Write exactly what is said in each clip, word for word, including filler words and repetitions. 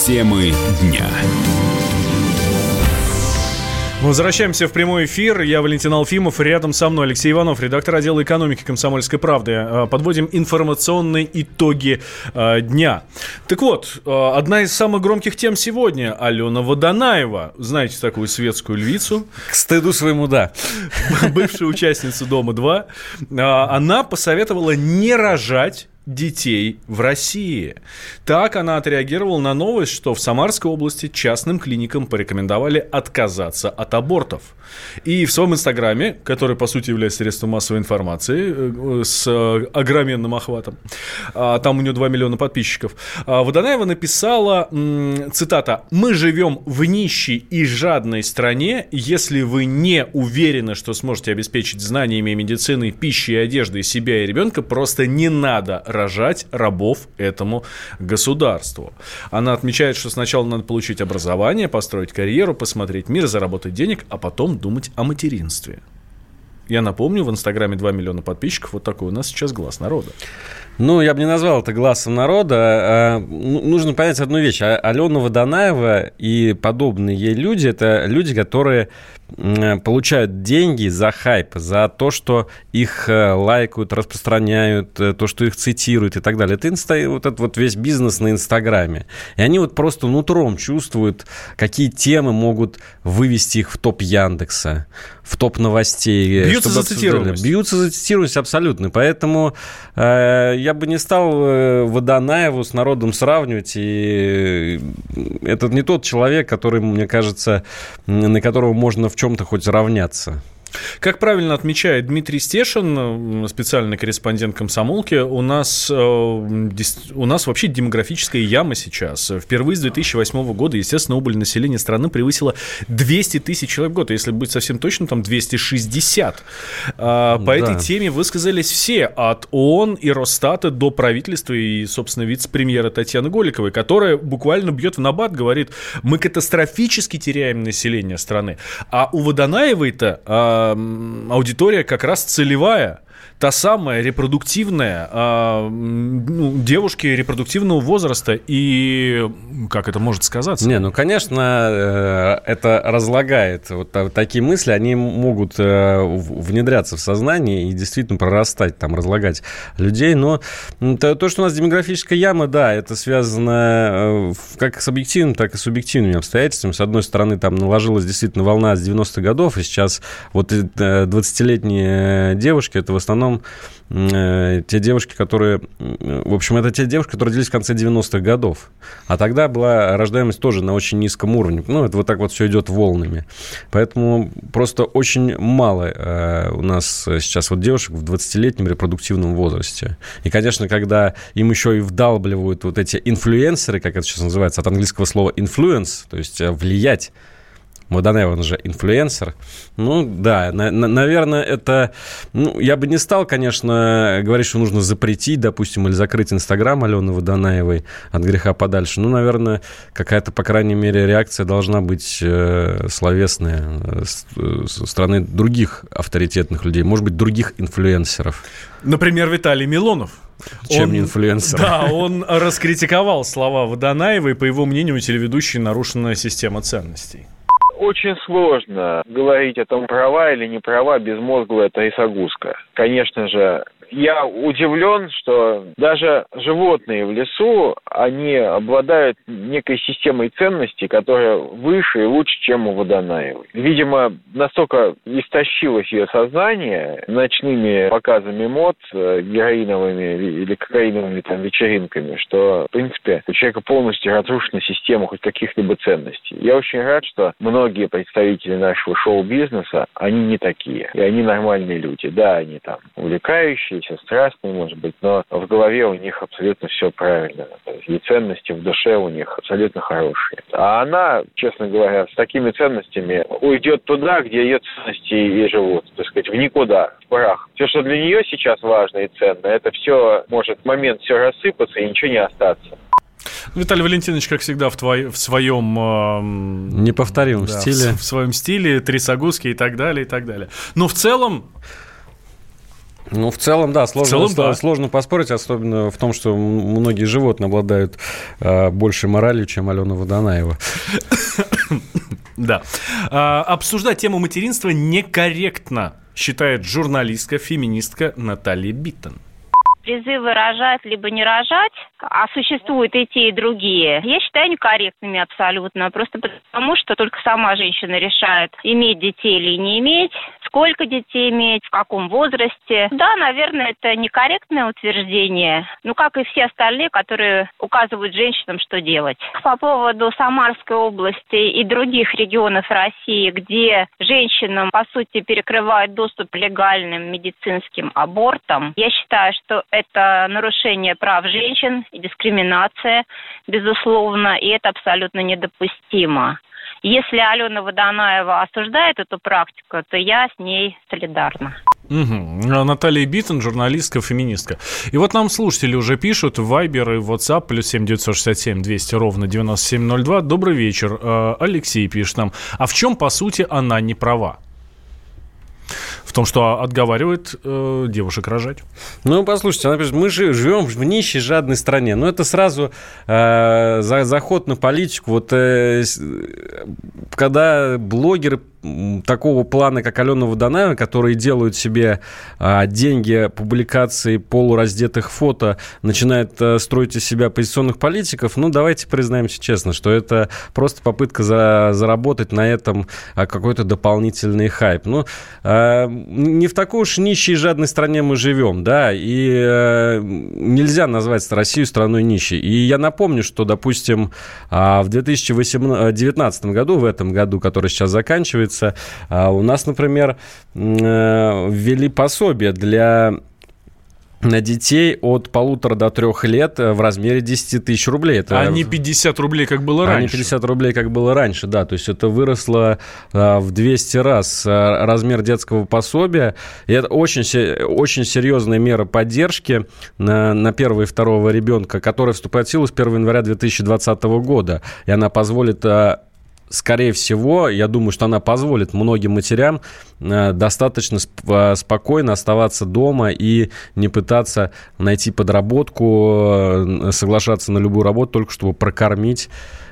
Темы дня. Мы возвращаемся в прямой эфир. Я Валентин Алфимов. Рядом со мной Алексей Иванов, редактор отдела экономики «Комсомольской правды». Подводим информационные итоги э, дня. Так вот, э, одна из самых громких тем сегодня – Алена Водонаева. Знаете такую светскую львицу? К стыду своему, да. Бывшая участница «Дома-два». Она посоветовала не рожать детей в России. Так она отреагировала на новость, что в Самарской области частным клиникам порекомендовали отказаться от абортов. И в своем инстаграме, который, по сути, является средством массовой информации с огроменным охватом, там у нее два миллиона подписчиков, Водонаева написала, цитата: «Мы живем в нищей и жадной стране. Если вы не уверены, что сможете обеспечить знаниями медицины, пищей и одеждой себя и ребенка, просто не надо рожать рабов этому государству». Она отмечает, что сначала надо получить образование, построить карьеру, посмотреть мир, заработать денег, а потом думать о материнстве. Я напомню, в Инстаграме два миллиона подписчиков. Вот такой у нас сейчас глаз народа. Ну, я бы не назвал это глазом народа. Нужно понять одну вещь. Алена Водонаева и подобные ей люди – это люди, которые получают деньги за хайп, за то, что их лайкают, распространяют, то, что их цитируют и так далее. Это инста, вот этот вот весь бизнес на Инстаграме. И они вот просто нутром чувствуют, какие темы могут вывести их в топ Яндекса, в топ новостей. Бьются за цитируемость. Бьются за цитируемость абсолютно. Поэтому э, я бы не стал Водонаеву с народом сравнивать. И это не тот человек, который, мне кажется, на которого можно в чем-то хоть равняться. Как правильно отмечает Дмитрий Стешин, специальный корреспондент «Комсомолки», у нас, у нас вообще демографическая яма сейчас. Впервые с две тысячи восьмого года, естественно, убыль населения страны превысила двести тысяч человек в год. Если быть совсем точным, там двести шестьдесят. По да. этой теме высказались все, от ООН и Росстата до правительства и, собственно, вице-премьера Татьяны Голиковой, которая буквально бьет в набат, говорит: мы катастрофически теряем население страны. А у Водонаевой-то аудитория как раз целевая, та самая репродуктивная, э, ну, девушки репродуктивного возраста. И как это может сказаться? Не, ну, конечно, это разлагает. Вот такие мысли, они могут внедряться в сознание и действительно прорастать, там, разлагать людей. Но то, что у нас демографическая яма, да, это связано как с объективными, так и с субъективными обстоятельствами. С одной стороны, там наложилась действительно волна с девяностых годов, и сейчас вот двадцатилетние девушки, это в основном те девушки, которые... В общем, это те девушки, которые родились в конце девяностых годов. А тогда была рождаемость тоже на очень низком уровне. Ну, это вот так вот все идет волнами. Поэтому просто очень мало у нас сейчас вот девушек в двадцатилетнем репродуктивном возрасте. И, конечно, когда им еще и вдалбливают вот эти инфлюенсеры, как это сейчас называется, от английского слова influence, то есть влиять. Водонаева, он же инфлюенсер. Ну, да, на, на, наверное, это... Ну, я бы не стал, конечно, говорить, что нужно запретить, допустим, или закрыть Инстаграм Алены Водонаевой от греха подальше. Ну, наверное, какая-то, по крайней мере, реакция должна быть э, словесная э, со стороны других авторитетных людей, может быть, других инфлюенсеров. Например, Виталий Милонов. Чем он, не инфлюенсер. Да, он раскритиковал слова Водонаевой, по его мнению, у телеведущей нарушена система ценностей. Очень сложно говорить о том, права или не права безмозглая трясогузка. Конечно же, я удивлен, что даже животные в лесу, они обладают некой системой ценностей, которая выше и лучше, чем у Водонаевой. Видимо, настолько истощилось ее сознание ночными показами мод, героиновыми или кокаиновыми там вечеринками, что, в принципе, у человека полностью разрушена система хоть каких-либо ценностей. Я очень рад, что многие представители нашего шоу-бизнеса, они не такие, и они нормальные люди. Да, они там увлекающие, страстные, может быть, но в голове у них абсолютно все правильно. И ценности в душе у них абсолютно хорошие. А она, честно говоря, с такими ценностями уйдет туда, где ее ценности и живут. Так сказать, в никуда, в прах. Все, что для нее сейчас важно и ценно, это все может в момент все рассыпаться и ничего не остаться. Виталий Валентинович, как всегда, в, твой, в своем... Э, неповторимом да, стиле. В, в своем стиле, трясогузки и так далее, и так далее. Но в целом... Ну, в целом, да, сложно, в целом, да. сложно поспорить, особенно в том, что многие животные обладают э, большей моралью, чем Алена Водонаева. Да. А, обсуждать тему материнства некорректно, считает журналистка, феминистка Наталья Биттон. Призывы рожать либо не рожать, а существуют и те, и другие, я считаю некорректными абсолютно. Просто потому, что только сама женщина решает, иметь детей или не иметь, сколько детей иметь, в каком возрасте. Да, наверное, это некорректное утверждение, ну, как и все остальные, которые указывают женщинам, что делать. По поводу Самарской области и других регионов России, где женщинам, по сути, перекрывают доступ к легальным медицинским абортам, я считаю, что это нарушение прав женщин и дискриминация, безусловно, и это абсолютно недопустимо. Если Алена Водонаева осуждает эту практику, то я с ней солидарна. Угу. Наталья Биттон, журналистка, феминистка. И вот нам слушатели уже пишут в Viber и в WhatsApp плюс семь девятьсот шестьдесят семь двести ровно девяносто семь ноль два. Добрый вечер. Алексей пишет нам. А в чем, по сути, она не права? В том, что отговаривает э, девушек рожать. Ну, послушайте, она пишет, мы живем в нищей, жадной стране. Ну, это сразу э, за, заход на политику. Вот э, когда блогеры такого плана, как Алена Водонаева, которые делают себе а, деньги публикации полураздетых фото, начинают а, строить из себя оппозиционных политиков, ну, давайте признаемся честно, что это просто попытка за, заработать на этом а, какой-то дополнительный хайп. Ну, а, не в такой уж нищей и жадной стране мы живем, да, и а, нельзя назвать Россию страной нищей. И я напомню, что, допустим, а, в две тысячи девятнадцатом году, в этом году, который сейчас заканчивается, у нас, например, ввели пособие для детей от полутора до трех лет в размере десять тысяч рублей. Это... А не пятьдесят рублей, как было раньше. А не пятьдесят рублей, как было раньше, да. То есть это выросло а, в двести раз а, размер детского пособия. И это очень, очень серьезная мера поддержки на, на первого и второго ребенка, которая вступает в силу с первого января две тысячи двадцатого года. И она позволит... А, скорее всего, я думаю, что она позволит многим матерям достаточно спокойно оставаться дома и не пытаться найти подработку, соглашаться на любую работу, только чтобы прокормить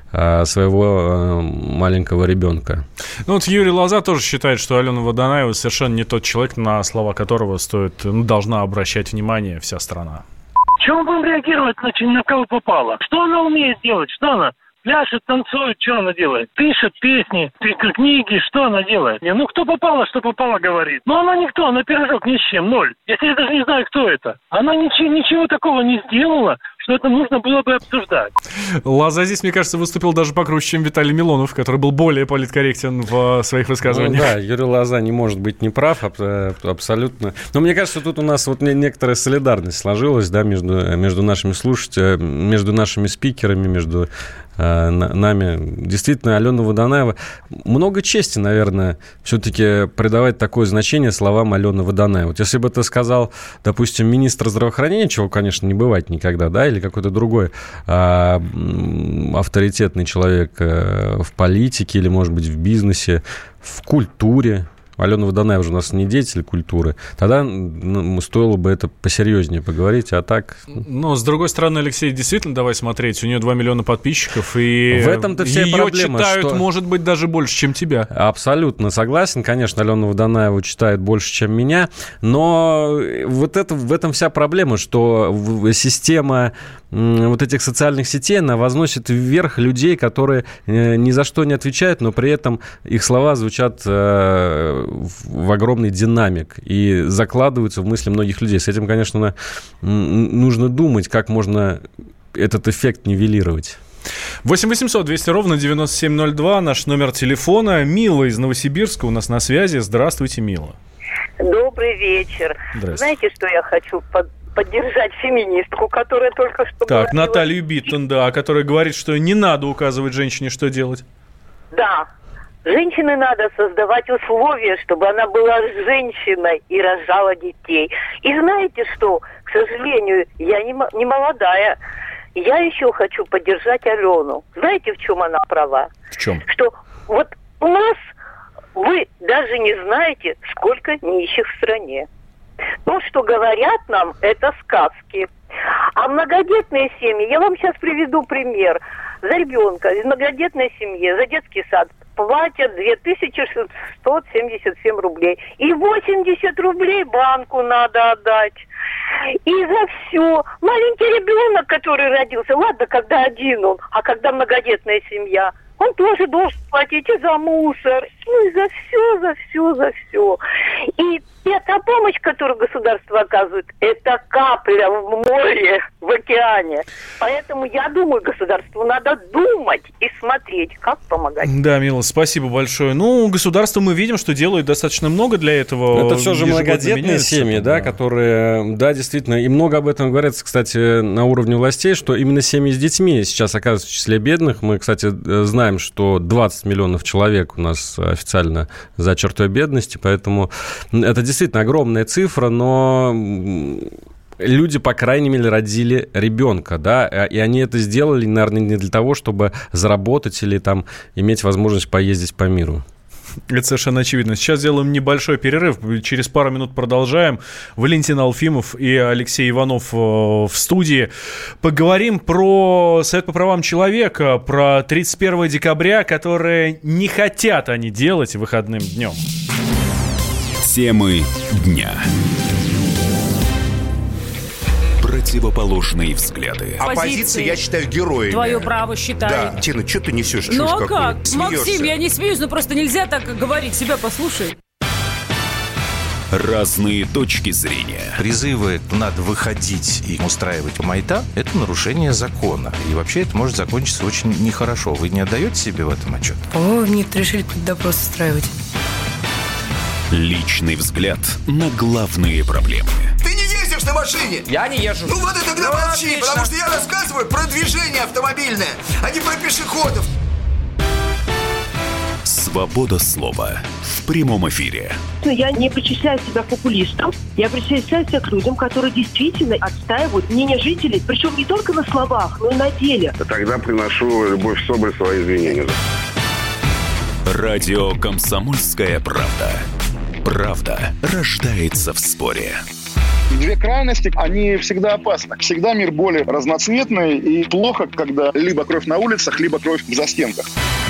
своего маленького ребенка. Ну вот Юрий Лоза тоже считает, что Алена Водонаева совершенно не тот человек, на слова которого стоит, ну, должна обращать внимание вся страна. Чего мы будем реагировать на, на кого попало? Что она умеет делать? Что она? Пляшет, танцует, что она делает? Пишет песни, книги, что она делает? Ну, кто попало, что попало, говорит. Но она никто, она пирожок ни с чем, ноль. Я теперь даже не знаю, кто это. Она ничего, ничего такого не сделала, что это нужно было бы обсуждать. Лоза здесь, мне кажется, выступил даже покруче, чем Виталий Милонов, который был более политкорректен в своих высказываниях. Ну, да, Юрий Лоза не может быть неправ, абсолютно. Но мне кажется, тут у нас вот некоторая солидарность сложилась, да, между, между нашими слушателями, между нашими спикерами, между нами. Действительно, Алена Водонаева. Много чести, наверное, все-таки придавать такое значение словам Алены Водонаевой. Вот если бы ты сказал, допустим, министр здравоохранения, чего, конечно, не бывает никогда, да, или какой-то другой а, авторитетный человек а, в политике или, может быть, в бизнесе, в культуре. Алена Водонаева же у нас не деятель культуры. Тогда ну, стоило бы это посерьезнее поговорить, а так... Но, с другой стороны, Алексей, действительно, давай смотреть, у нее два миллиона подписчиков, и в этом-то вся ее проблема, читают, что... может быть, даже больше, чем тебя. Абсолютно согласен. Конечно, Алена Водонаева читает больше, чем меня, но вот это, в этом вся проблема, что система вот этих социальных сетей, она возносит вверх людей, которые ни за что не отвечают, но при этом их слова звучат в огромный динамик и закладываются в мысли многих людей. С этим, конечно, нужно думать, как можно этот эффект нивелировать. восемь восемьсот двести ровно девяносто семь ноль два, наш номер телефона. Мила из Новосибирска у нас на связи. Здравствуйте, Мила. Добрый вечер. Знаете, что я хочу под... поддержать феминистку, которая только что Так, говорила... Наталью Биттон, да, которая говорит, что не надо указывать женщине, что делать. Да. Женщине надо создавать условия, чтобы она была женщиной и рожала детей. И знаете что? К сожалению, я не, не молодая. Я еще хочу поддержать Алену. Знаете, в чем она права? В чем? Что вот у нас вы даже не знаете, сколько нищих в стране. То, что говорят нам, это сказки. А многодетные семьи, я вам сейчас приведу пример. За ребенка из многодетной семьи, за детский сад платят две тысячи шестьсот семьдесят семь рублей. И восемьдесят рублей банку надо отдать. И за все. Маленький ребенок, который родился, ладно, когда один он, а когда многодетная семья, он тоже должен платить и за мусор, ну и за все, за все, за все. И эта помощь, которую государство оказывает, это капля в море, в океане. Поэтому я думаю, государству надо думать и смотреть, как помогать. Да, Мила, спасибо большое. Ну, государство, мы видим, что делает достаточно много для этого. Это все же многодетные семьи, да, да, которые, да, действительно, и много об этом говорится, кстати, на уровне властей, что именно семьи с детьми сейчас оказываются в числе бедных. Мы, кстати, знаем, что двадцать миллионов человек у нас официально за чертой бедности, поэтому это действительно огромная цифра, но люди, по крайней мере, родили ребенка, да, и они это сделали, наверное, не для того, чтобы заработать или там иметь возможность поездить по миру. Это совершенно очевидно. Сейчас сделаем небольшой перерыв. Через пару минут продолжаем. Валентин Алфимов и Алексей Иванов в студии. Поговорим про Совет по правам человека, про тридцать первого декабря, которые не хотят они делать выходным днем. Темы дня. Противоположные взгляды. Оппозиция, я считаю, героями. Твое право считай. Да, Тина, что ты несешь? Ну а какую? как? Смеешься. Максим, я не смеюсь, но просто нельзя так говорить. Себя послушай. Разные точки зрения. Призывы «надо выходить и устраивать майдан» — это нарушение закона. И вообще это может закончиться очень нехорошо. Вы не отдаете себе в этом отчет? О, нет, решили какой-то допрос устраивать. Личный взгляд на главные проблемы. Ты не ездишь на машине? Я не езжу. Ну вот и тогда Ну, молчи, отлично. потому что я рассказываю про движение автомобильное, а не про пешеходов. Свобода слова в прямом эфире. Я не причисляю себя популистом, я причисляю себя к людям, которые действительно отстаивают мнение жителей, причем не только на словах, но и на деле. Тогда приношу Любовь Соболь свои извинения. Радио «Комсомольская правда». Правда рождается в споре. Две крайности, они всегда опасны. Всегда мир более разноцветный, и плохо, когда либо кровь на улицах, либо кровь в застенках.